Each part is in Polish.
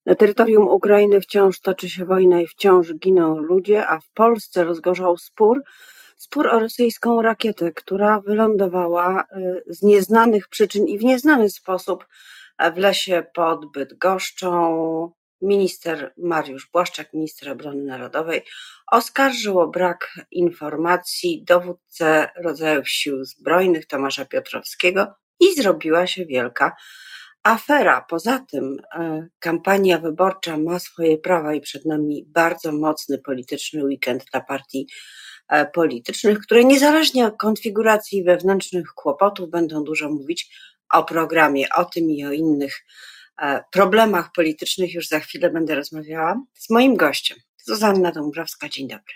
Na terytorium Ukrainy wciąż toczy się wojna i wciąż giną ludzie, a w Polsce rozgorzał spór o rosyjską rakietę, która wylądowała z nieznanych przyczyn i w nieznany sposób w lesie pod Bydgoszczą. Minister Mariusz Błaszczak, minister obrony narodowej, oskarżył o brak informacji dowódcę rodzajów sił zbrojnych Tomasza Piotrowskiego i zrobiła się wielka afera. Poza tym kampania wyborcza ma swoje prawa i przed nami bardzo mocny polityczny weekend dla partii politycznych, które niezależnie od konfiguracji wewnętrznych kłopotów będą dużo mówić o programie, o tym i o innych problemach politycznych. Już za chwilę będę rozmawiała z moim gościem, Zuzanna Dąbrowska. Dzień dobry.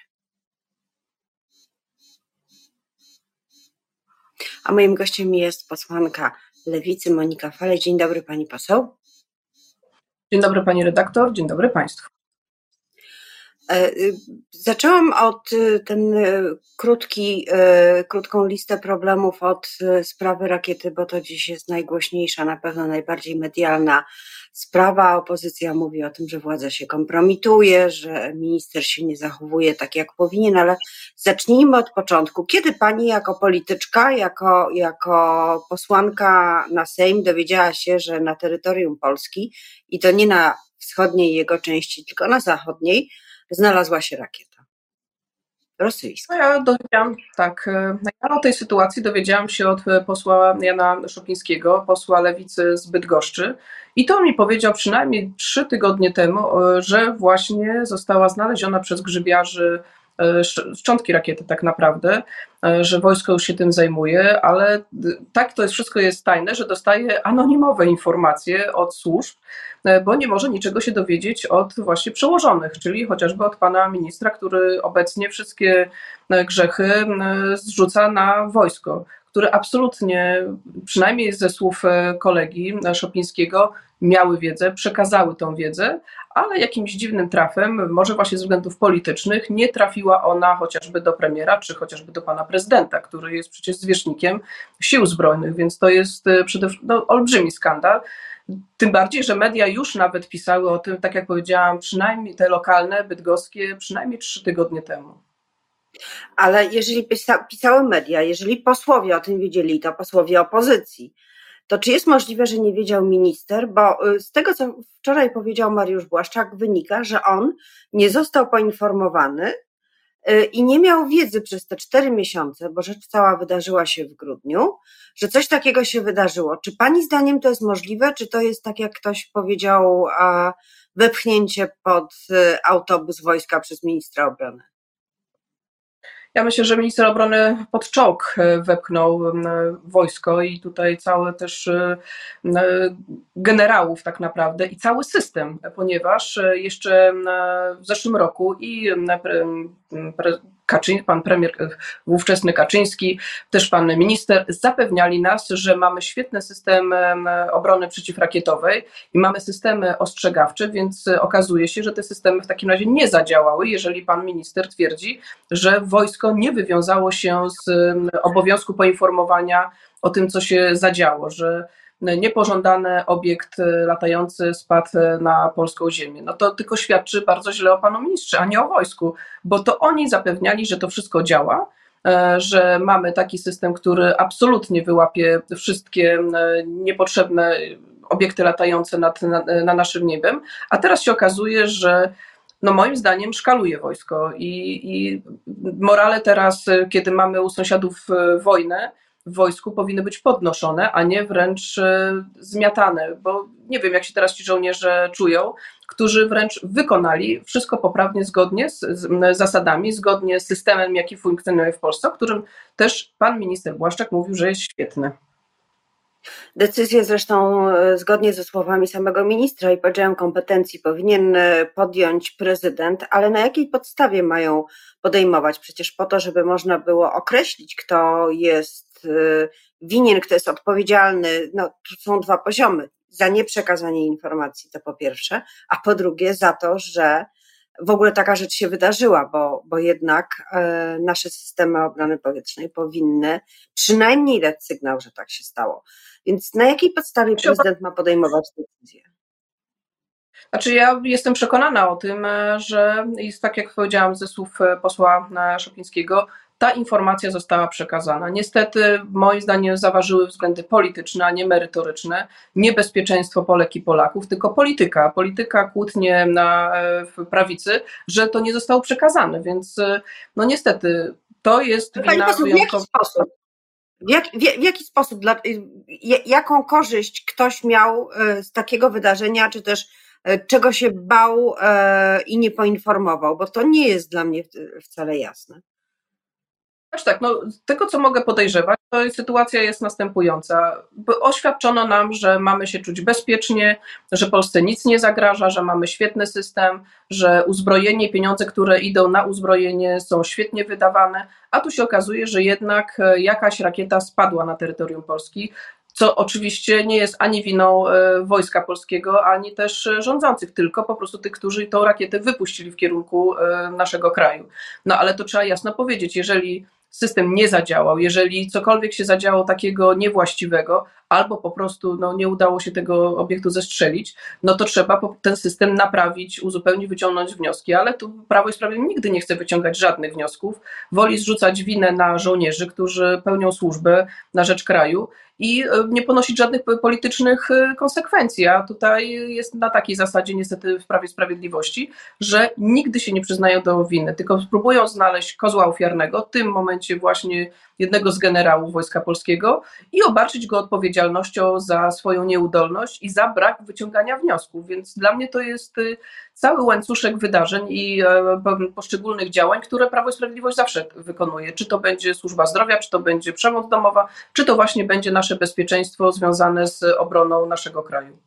A moim gościem jest posłanka Lewicy Monika Falej. Dzień dobry, pani poseł. Dzień dobry, pani redaktor, dzień dobry państwu. Zaczęłam od krótką listę problemów od sprawy rakiety, bo to dziś jest najgłośniejsza, na pewno najbardziej medialna sprawa. Opozycja mówi o tym, że władza się kompromituje, że minister się nie zachowuje tak, jak powinien, ale zacznijmy od początku. Kiedy pani jako polityczka, jako posłanka na Sejm dowiedziała się, że na terytorium Polski, i to nie na wschodniej jego części, tylko na zachodniej, znalazła się rakieta rosyjska? Ja o tej sytuacji dowiedziałam się od posła Jana Szopińskiego, posła Lewicy z Bydgoszczy, i to mi powiedział przynajmniej 3 tygodnie temu, że właśnie została znaleziona przez grzybiarzy szczątki rakiety tak naprawdę, że wojsko już się tym zajmuje, ale tak to wszystko jest tajne, że dostaje anonimowe informacje od służb, bo nie może niczego się dowiedzieć od właśnie przełożonych, czyli chociażby od pana ministra, który obecnie wszystkie grzechy zrzuca na wojsko, które absolutnie, przynajmniej ze słów kolegi Szopińskiego, miały wiedzę, przekazały tą wiedzę, ale jakimś dziwnym trafem, może właśnie ze względów politycznych, nie trafiła ona chociażby do premiera, czy chociażby do pana prezydenta, który jest przecież zwierzchnikiem sił zbrojnych, więc to jest przede wszystkim olbrzymi skandal. Tym bardziej, że media już nawet pisały o tym, tak jak powiedziałam, przynajmniej te lokalne, bydgoskie, przynajmniej 3 tygodnie temu. Ale jeżeli pisały media, jeżeli posłowie o tym wiedzieli, to posłowie opozycji, to czy jest możliwe, że nie wiedział minister? Bo z tego, co wczoraj powiedział Mariusz Błaszczak, wynika, że on nie został poinformowany i nie miał wiedzy przez te 4 miesiące, bo rzecz cała wydarzyła się w grudniu, że coś takiego się wydarzyło. Czy pani zdaniem to jest możliwe? Czy to jest, tak jak ktoś powiedział, wepchnięcie pod autobus wojska przez ministra obrony? Ja myślę, że minister obrony pod czołg wepchnął wojsko i tutaj całe też generałów tak naprawdę i cały system, ponieważ jeszcze w zeszłym roku i pan premier ówczesny Kaczyński, też pan minister zapewniali nas, że mamy świetny system obrony przeciwrakietowej i mamy systemy ostrzegawcze, więc okazuje się, że te systemy w takim razie nie zadziałały, jeżeli pan minister twierdzi, że wojsko nie wywiązało się z obowiązku poinformowania o tym, co się zadziało, że niepożądany obiekt latający spadł na polską ziemię. No to tylko świadczy bardzo źle o panu ministrze, a nie o wojsku, bo to oni zapewniali, że to wszystko działa, że mamy taki system, który absolutnie wyłapie wszystkie niepotrzebne obiekty latające na naszym niebem, a teraz się okazuje, że no moim zdaniem szkaluje wojsko i morale teraz, kiedy mamy u sąsiadów wojnę, w wojsku powinny być podnoszone, a nie wręcz zmiatane, bo nie wiem, jak się teraz ci żołnierze czują, którzy wręcz wykonali wszystko poprawnie, zgodnie z zasadami, zgodnie z systemem, jaki funkcjonuje w Polsce, o którym też pan minister Błaszczak mówił, że jest świetny. Decyzję zresztą zgodnie ze słowami samego ministra i podziałem kompetencji powinien podjąć prezydent, ale na jakiej podstawie mają podejmować? Przecież po to, żeby można było określić, kto jest winien, kto jest odpowiedzialny, no tu są 2 poziomy. Za nieprzekazanie informacji to po pierwsze, a po drugie za to, że w ogóle taka rzecz się wydarzyła, bo jednak nasze systemy obrony powietrznej powinny przynajmniej dać sygnał, że tak się stało. Więc na jakiej podstawie prezydent ma podejmować decyzję? Znaczy ja jestem przekonana o tym, że jest tak jak powiedziałam ze słów posła Szopińskiego, ta informacja została przekazana. Niestety moim zdaniem zaważyły względy polityczne, a nie merytoryczne. Nie bezpieczeństwo Polek i Polaków, tylko polityka kłótnie w prawicy, że to nie zostało przekazane, więc no niestety to jest Pani wina poseł, w jaki wyjątkowa. sposób? W jaki sposób, jaką korzyść ktoś miał z takiego wydarzenia, czy też czego się bał i nie poinformował, bo to nie jest dla mnie wcale jasne. Znaczy tak, no, z tego co mogę podejrzewać, to sytuacja jest następująca. Oświadczono nam, że mamy się czuć bezpiecznie, że Polsce nic nie zagraża, że mamy świetny system, że uzbrojenie, pieniądze, które idą na uzbrojenie są świetnie wydawane, a tu się okazuje, że jednak jakaś rakieta spadła na terytorium Polski, co oczywiście nie jest ani winą Wojska Polskiego, ani też rządzących, tylko po prostu tych, którzy tą rakietę wypuścili w kierunku naszego kraju. No ale to trzeba jasno powiedzieć, jeżeli system nie zadziałał, jeżeli cokolwiek się zadziało takiego niewłaściwego, albo po prostu no, nie udało się tego obiektu zestrzelić, no to trzeba ten system naprawić, uzupełnić, wyciągnąć wnioski, ale tu Prawo i Sprawiedliwość nigdy nie chce wyciągać żadnych wniosków, woli zrzucać winę na żołnierzy, którzy pełnią służbę na rzecz kraju i nie ponosić żadnych politycznych konsekwencji, a tutaj jest na takiej zasadzie niestety w Prawie i Sprawiedliwości, że nigdy się nie przyznają do winy, tylko próbują znaleźć kozła ofiarnego, w tym momencie właśnie jednego z generałów Wojska Polskiego i obarczyć go odpowiedzialnością za swoją nieudolność i za brak wyciągania wniosków. Więc dla mnie to jest cały łańcuszek wydarzeń i poszczególnych działań, które Prawo i Sprawiedliwość zawsze wykonuje. Czy to będzie służba zdrowia, czy to będzie przemoc domowa, czy to właśnie będzie nasze bezpieczeństwo związane z obroną naszego kraju.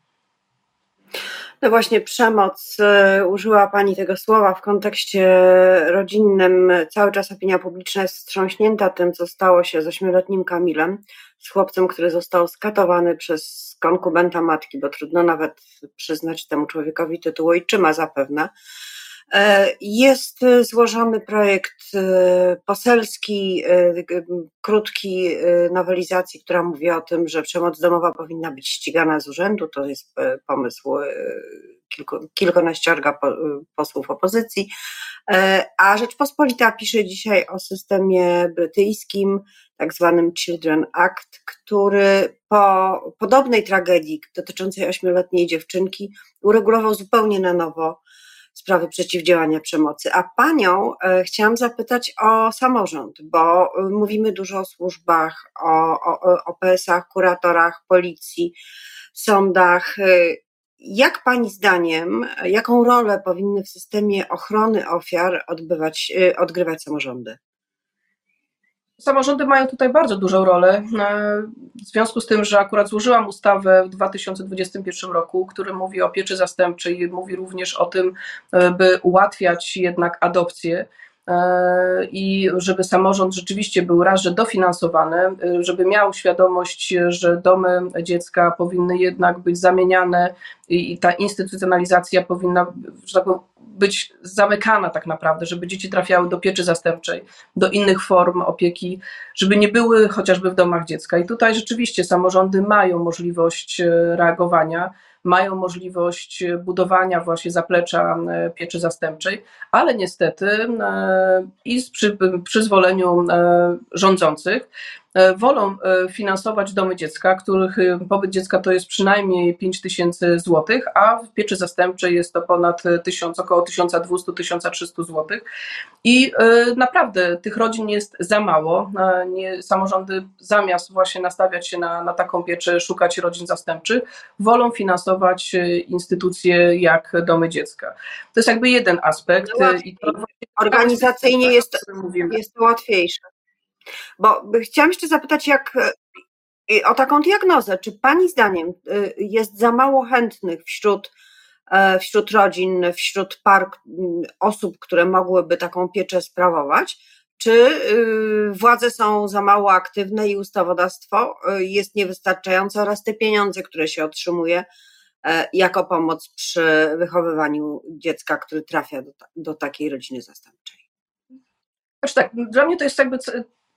No właśnie, przemoc. Użyła Pani tego słowa w kontekście rodzinnym. Cały czas opinia publiczna jest wstrząśnięta tym, co stało się z 8-letnim Kamilem, z chłopcem, który został skatowany przez konkubenta matki, bo trudno nawet przyznać temu człowiekowi tytuł ojczyma zapewne. Jest złożony projekt poselski, krótki nowelizacji, która mówi o tym, że przemoc domowa powinna być ścigana z urzędu. To jest pomysł kilkunaściorga posłów opozycji. A Rzeczpospolita pisze dzisiaj o systemie brytyjskim, tak zwanym Children Act, który po podobnej tragedii dotyczącej 8-letniej dziewczynki uregulował zupełnie na nowo sprawy przeciwdziałania przemocy. A Panią chciałam zapytać o samorząd, bo mówimy dużo o służbach, o PS-ach, kuratorach, policji, sądach. Jak Pani zdaniem, jaką rolę powinny w systemie ochrony ofiar odgrywać samorządy? Samorządy mają tutaj bardzo dużą rolę, w związku z tym, że akurat złożyłam ustawę w 2021 roku, który mówi o pieczy zastępczej, mówi również o tym, by ułatwiać jednak adopcję i żeby samorząd rzeczywiście był raz, że dofinansowany, żeby miał świadomość, że domy dziecka powinny jednak być zamieniane i ta instytucjonalizacja powinna, że tak powiem, być zamykana tak naprawdę, żeby dzieci trafiały do pieczy zastępczej, do innych form opieki, żeby nie były chociażby w domach dziecka. I tutaj rzeczywiście samorządy mają możliwość reagowania, mają możliwość budowania właśnie zaplecza pieczy zastępczej, ale niestety i przy przyzwoleniu rządzących wolą finansować domy dziecka, których pobyt dziecka to jest przynajmniej 5 000 złotych, a w pieczy zastępczej jest to ponad 1000, około 1200-1300 złotych. I naprawdę tych rodzin jest za mało. Samorządy zamiast właśnie nastawiać się na taką pieczę, szukać rodzin zastępczych, wolą finansować instytucje jak domy dziecka. To jest jakby jeden aspekt. I to organizacyjnie jest to łatwiejsze. Bo chciałam jeszcze zapytać o taką diagnozę. Czy Pani zdaniem jest za mało chętnych wśród rodzin, wśród par osób, które mogłyby taką pieczę sprawować? Czy władze są za mało aktywne i ustawodawstwo jest niewystarczające oraz te pieniądze, które się otrzymuje jako pomoc przy wychowywaniu dziecka, który trafia do takiej rodziny zastępczej? Znaczy tak, dla mnie to jest jakby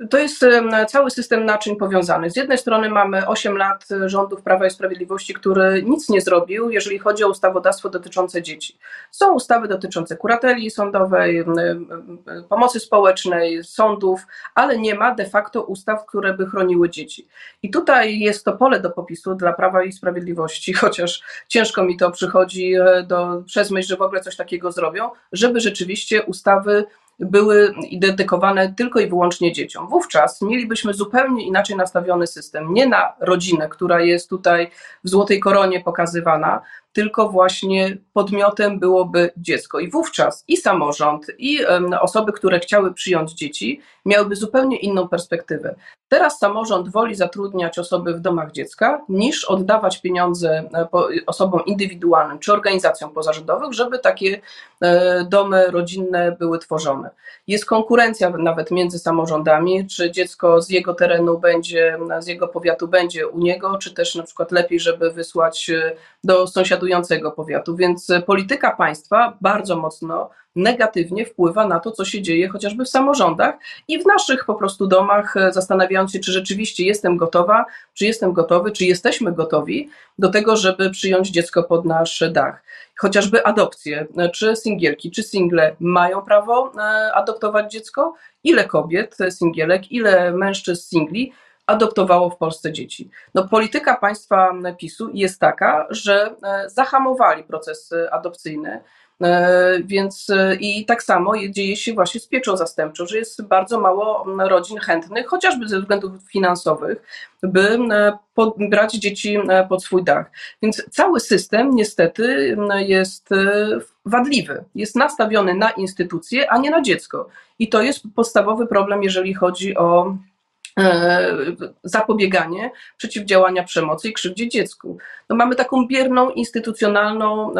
To jest cały system naczyń powiązanych. Z jednej strony mamy 8 lat rządów Prawa i Sprawiedliwości, który nic nie zrobił, jeżeli chodzi o ustawodawstwo dotyczące dzieci. Są ustawy dotyczące kurateli sądowej, pomocy społecznej, sądów, ale nie ma de facto ustaw, które by chroniły dzieci. I tutaj jest to pole do popisu dla Prawa i Sprawiedliwości, chociaż ciężko mi to przychodzi przez myśl, że w ogóle coś takiego zrobią, żeby rzeczywiście ustawy były dedykowane tylko i wyłącznie dzieciom. Wówczas mielibyśmy zupełnie inaczej nastawiony system, nie na rodzinę, która jest tutaj w złotej koronie pokazywana, tylko właśnie podmiotem byłoby dziecko. I wówczas i samorząd, i osoby, które chciały przyjąć dzieci, miałyby zupełnie inną perspektywę. Teraz samorząd woli zatrudniać osoby w domach dziecka, niż oddawać pieniądze osobom indywidualnym czy organizacjom pozarządowym, żeby takie domy rodzinne były tworzone. Jest konkurencja nawet między samorządami, czy dziecko z jego terenu będzie, z jego powiatu będzie u niego, czy też na przykład lepiej, żeby wysłać do sąsiadującego powiatu. Więc polityka państwa bardzo mocno negatywnie wpływa na to, co się dzieje chociażby w samorządach i w naszych po prostu domach, zastanawiając się, czy rzeczywiście jestem gotowa, czy jestem gotowy, czy jesteśmy gotowi do tego, żeby przyjąć dziecko pod nasz dach. Chociażby adopcje, czy singielki, czy single mają prawo adoptować dziecko? Ile kobiet singielek, ile mężczyzn singli adoptowało w Polsce dzieci? No, polityka państwa PiS-u jest taka, że zahamowali proces adopcyjny. Więc i tak samo dzieje się właśnie z pieczą zastępczą, że jest bardzo mało rodzin chętnych, chociażby ze względów finansowych, by brać dzieci pod swój dach. Więc cały system niestety jest wadliwy, jest nastawiony na instytucje, a nie na dziecko. I to jest podstawowy problem, jeżeli chodzi o zapobieganie, przeciwdziałania przemocy i krzywdzie dziecku. No, mamy taką bierną, instytucjonalną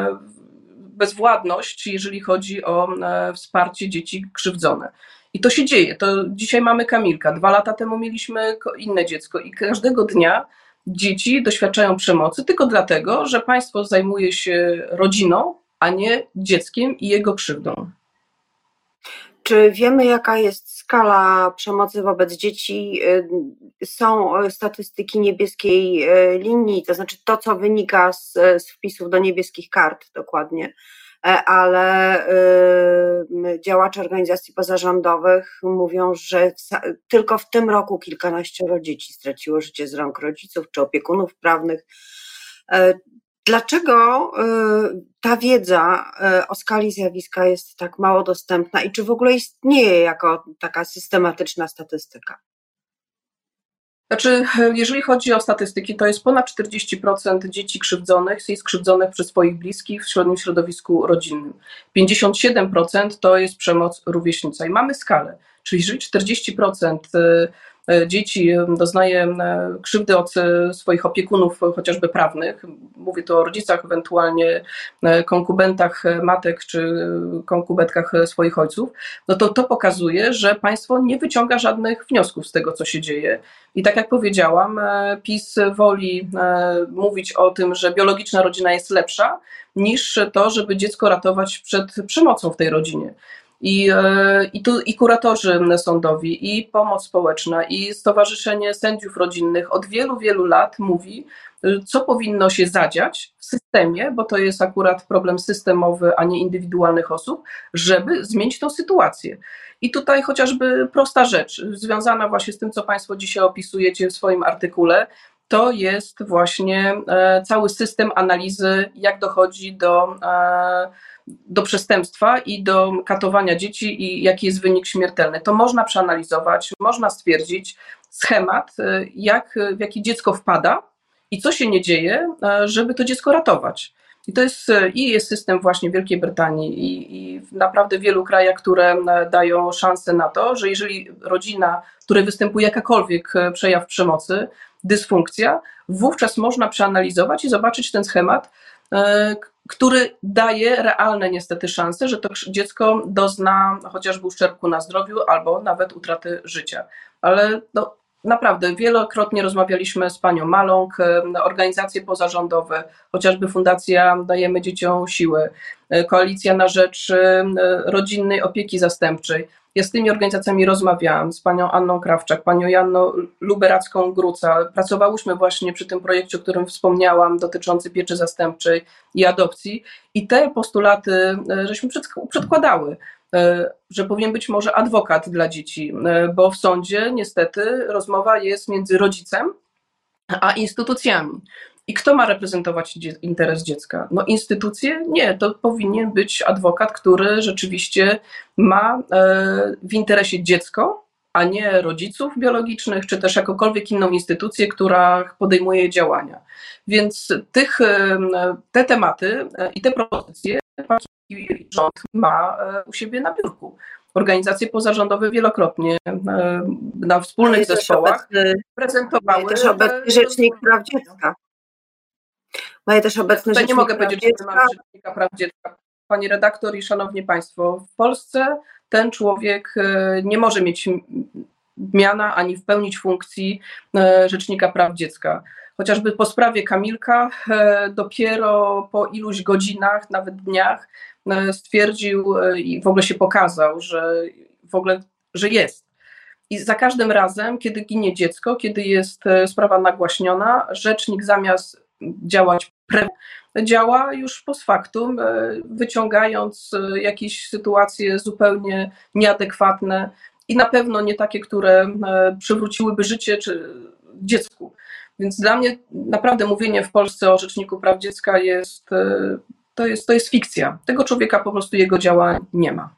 bezwładność, jeżeli chodzi o wsparcie dzieci krzywdzone. I to się dzieje. To dzisiaj mamy Kamilka, 2 lata temu mieliśmy inne dziecko i każdego dnia dzieci doświadczają przemocy tylko dlatego, że państwo zajmuje się rodziną, a nie dzieckiem i jego krzywdą. Czy wiemy, jaka jest skala przemocy wobec dzieci? Są statystyki niebieskiej linii, to znaczy to, co wynika z wpisów do niebieskich kart dokładnie, ale działacze organizacji pozarządowych mówią, że tylko w tym roku kilkanaścioro dzieci straciło życie z rąk rodziców czy opiekunów prawnych. Dlaczego ta wiedza o skali zjawiska jest tak mało dostępna i czy w ogóle istnieje jako taka systematyczna statystyka? Znaczy, jeżeli chodzi o statystyki, to jest ponad 40% dzieci krzywdzonych jest krzywdzonych przez swoich bliskich w średnim środowisku rodzinnym. 57% to jest przemoc rówieśnicza. I mamy skalę, czyli jeżeli 40% dzieci doznaje krzywdy od swoich opiekunów, chociażby prawnych, mówię tu o rodzicach, ewentualnie konkubentach matek czy konkubentkach swoich ojców, no to pokazuje, że państwo nie wyciąga żadnych wniosków z tego, co się dzieje. I tak jak powiedziałam, PiS woli mówić o tym, że biologiczna rodzina jest lepsza, niż to, żeby dziecko ratować przed przemocą w tej rodzinie. I kuratorzy sądowi, i pomoc społeczna, i Stowarzyszenie Sędziów Rodzinnych od wielu, wielu lat mówi, co powinno się zadziać w systemie, bo to jest akurat problem systemowy, a nie indywidualnych osób, żeby zmienić tą sytuację. I tutaj chociażby prosta rzecz, związana właśnie z tym, co Państwo dzisiaj opisujecie w swoim artykule, to jest właśnie cały system analizy, jak dochodzi do przestępstwa i do katowania dzieci i jaki jest wynik śmiertelny. To można przeanalizować, można stwierdzić schemat, w jaki dziecko wpada i co się nie dzieje, żeby to dziecko ratować. Jest system właśnie w Wielkiej Brytanii i w naprawdę wielu krajach, które dają szansę na to, że jeżeli rodzina, w której występuje jakakolwiek przejaw przemocy, dysfunkcja, wówczas można przeanalizować i zobaczyć ten schemat, który daje realne niestety szanse, że to dziecko dozna chociażby uszczerbku na zdrowiu albo nawet utraty życia. Ale naprawdę wielokrotnie rozmawialiśmy z panią Maląg, organizacje pozarządowe, chociażby Fundacja Dajemy Dzieciom Siłę, Koalicja na rzecz Rodzinnej Opieki Zastępczej. Ja z tymi organizacjami rozmawiałam, z panią Anną Krawczak, panią Janną Luberacką-Gruca. Pracowałyśmy właśnie przy tym projekcie, o którym wspomniałam, dotyczący pieczy zastępczej i adopcji. I te postulaty żeśmy przedkładały, że powinien być może adwokat dla dzieci, bo w sądzie niestety rozmowa jest między rodzicem a instytucjami. I kto ma reprezentować interes dziecka? No instytucje? Nie, to powinien być adwokat, który rzeczywiście ma w interesie dziecko, a nie rodziców biologicznych, czy też jakąkolwiek inną instytucję, która podejmuje działania. Więc te tematy i te propozycje rząd ma u siebie na biurku. Organizacje pozarządowe wielokrotnie na wspólnych zespołach prezentowały. Też obecny rzecznik praw dziecka. Mają też obecny Tutaj nie mogę praw powiedzieć, że mamy rzecznika praw dziecka. Pani redaktor i szanowni państwo, w Polsce ten człowiek nie może mieć miana ani pełnić funkcji rzecznika praw dziecka. Chociażby po sprawie Kamilka dopiero po iluś godzinach, nawet dniach stwierdził i w ogóle się pokazał, że jest. I za każdym razem, kiedy ginie dziecko, kiedy jest sprawa nagłaśniona, rzecznik zamiast działać działa już post factum, wyciągając jakieś sytuacje zupełnie nieadekwatne i na pewno nie takie, które przywróciłyby życie czy dziecku. Więc dla mnie naprawdę mówienie w Polsce o Rzeczniku Praw Dziecka to jest fikcja. Tego człowieka po prostu jego działań nie ma.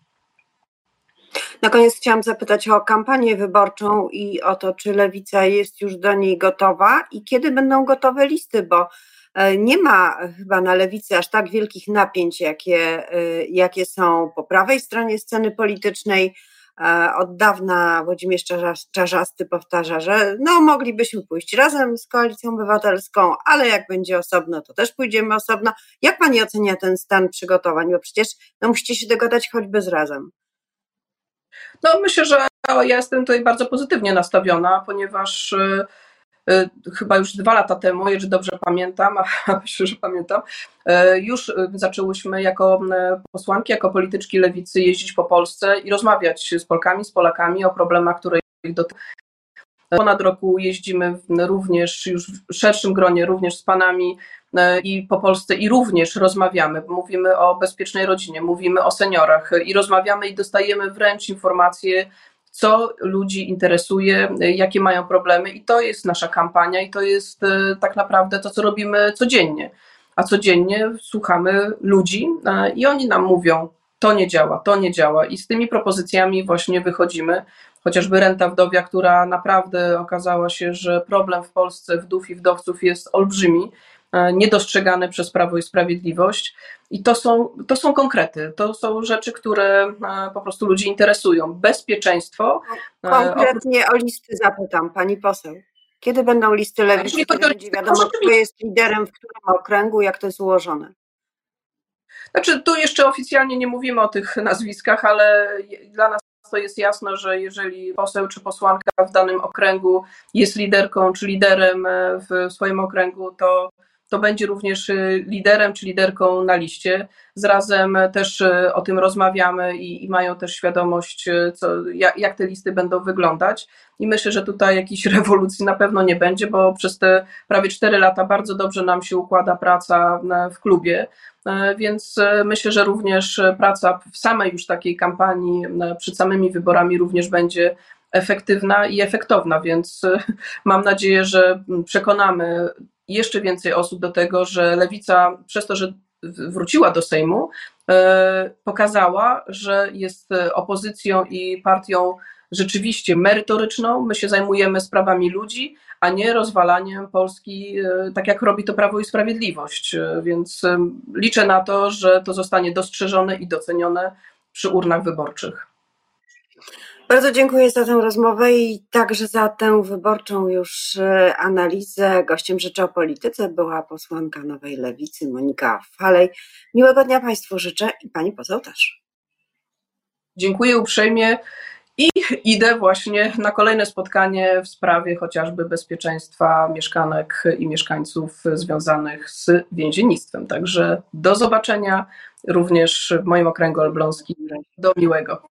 Na koniec chciałam zapytać o kampanię wyborczą i o to, czy Lewica jest już do niej gotowa i kiedy będą gotowe listy, bo nie ma chyba na Lewicy aż tak wielkich napięć, jakie są po prawej stronie sceny politycznej. Od dawna Włodzimierz Czarzasty powtarza, że no moglibyśmy pójść razem z Koalicją Obywatelską, ale jak będzie osobno, to też pójdziemy osobno. Jak pani ocenia ten stan przygotowań? Bo przecież musicie się dogadać choćby z Razem. No myślę, że ja jestem tutaj bardzo pozytywnie nastawiona, ponieważ chyba już 2 lata temu, jeżeli dobrze pamiętam, a myślę, że pamiętam, już zaczęłyśmy jako posłanki, jako polityczki lewicy jeździć po Polsce i rozmawiać z Polkami, z Polakami o problemach, które ich dotyczą. Ponad roku jeździmy również już w szerszym gronie, również z panami i po Polsce i również rozmawiamy. Mówimy o bezpiecznej rodzinie, mówimy o seniorach i rozmawiamy i dostajemy wręcz informacje, co ludzi interesuje, jakie mają problemy i to jest nasza kampania i to jest tak naprawdę to, co robimy codziennie. A codziennie słuchamy ludzi i oni nam mówią, to nie działa i z tymi propozycjami właśnie wychodzimy. Chociażby renta wdowia, która naprawdę okazała się, że problem w Polsce wdów i wdowców jest olbrzymi, niedostrzegany przez Prawo i Sprawiedliwość. I to są konkrety, to są rzeczy, które po prostu ludzi interesują. Bezpieczeństwo. Konkretnie o listy zapytam, pani poseł. Kiedy będą listy Lewicy, kiedy będzie wiadomo, kto jest liderem w którym okręgu, jak to jest ułożone? Znaczy, tu jeszcze oficjalnie nie mówimy o tych nazwiskach, ale dla nas to jest jasne, że jeżeli poseł czy posłanka w danym okręgu jest liderką czy liderem w swoim okręgu, to będzie również liderem czy liderką na liście. Z Razem też o tym rozmawiamy i mają też świadomość, jak te listy będą wyglądać. I myślę, że tutaj jakiejś rewolucji na pewno nie będzie, bo przez te prawie 4 lata bardzo dobrze nam się układa praca w klubie. Więc myślę, że również praca w samej już takiej kampanii przed samymi wyborami również będzie efektywna i efektowna, więc mam nadzieję, że przekonamy jeszcze więcej osób do tego, że Lewica przez to, że wróciła do Sejmu, pokazała, że jest opozycją i partią rzeczywiście merytoryczną. My się zajmujemy sprawami ludzi, a nie rozwalaniem Polski, tak jak robi to Prawo i Sprawiedliwość. Więc liczę na to, że to zostanie dostrzeżone i docenione przy urnach wyborczych. Bardzo dziękuję za tę rozmowę i także za tę wyborczą już analizę. Gościem Rzeczy o Polityce była posłanka Nowej Lewicy Monika Falej. Miłego dnia Państwu życzę i pani poseł też. Dziękuję uprzejmie i idę właśnie na kolejne spotkanie w sprawie chociażby bezpieczeństwa mieszkanek i mieszkańców związanych z więziennictwem. Także do zobaczenia również w moim okręgu elbląskim. Do miłego.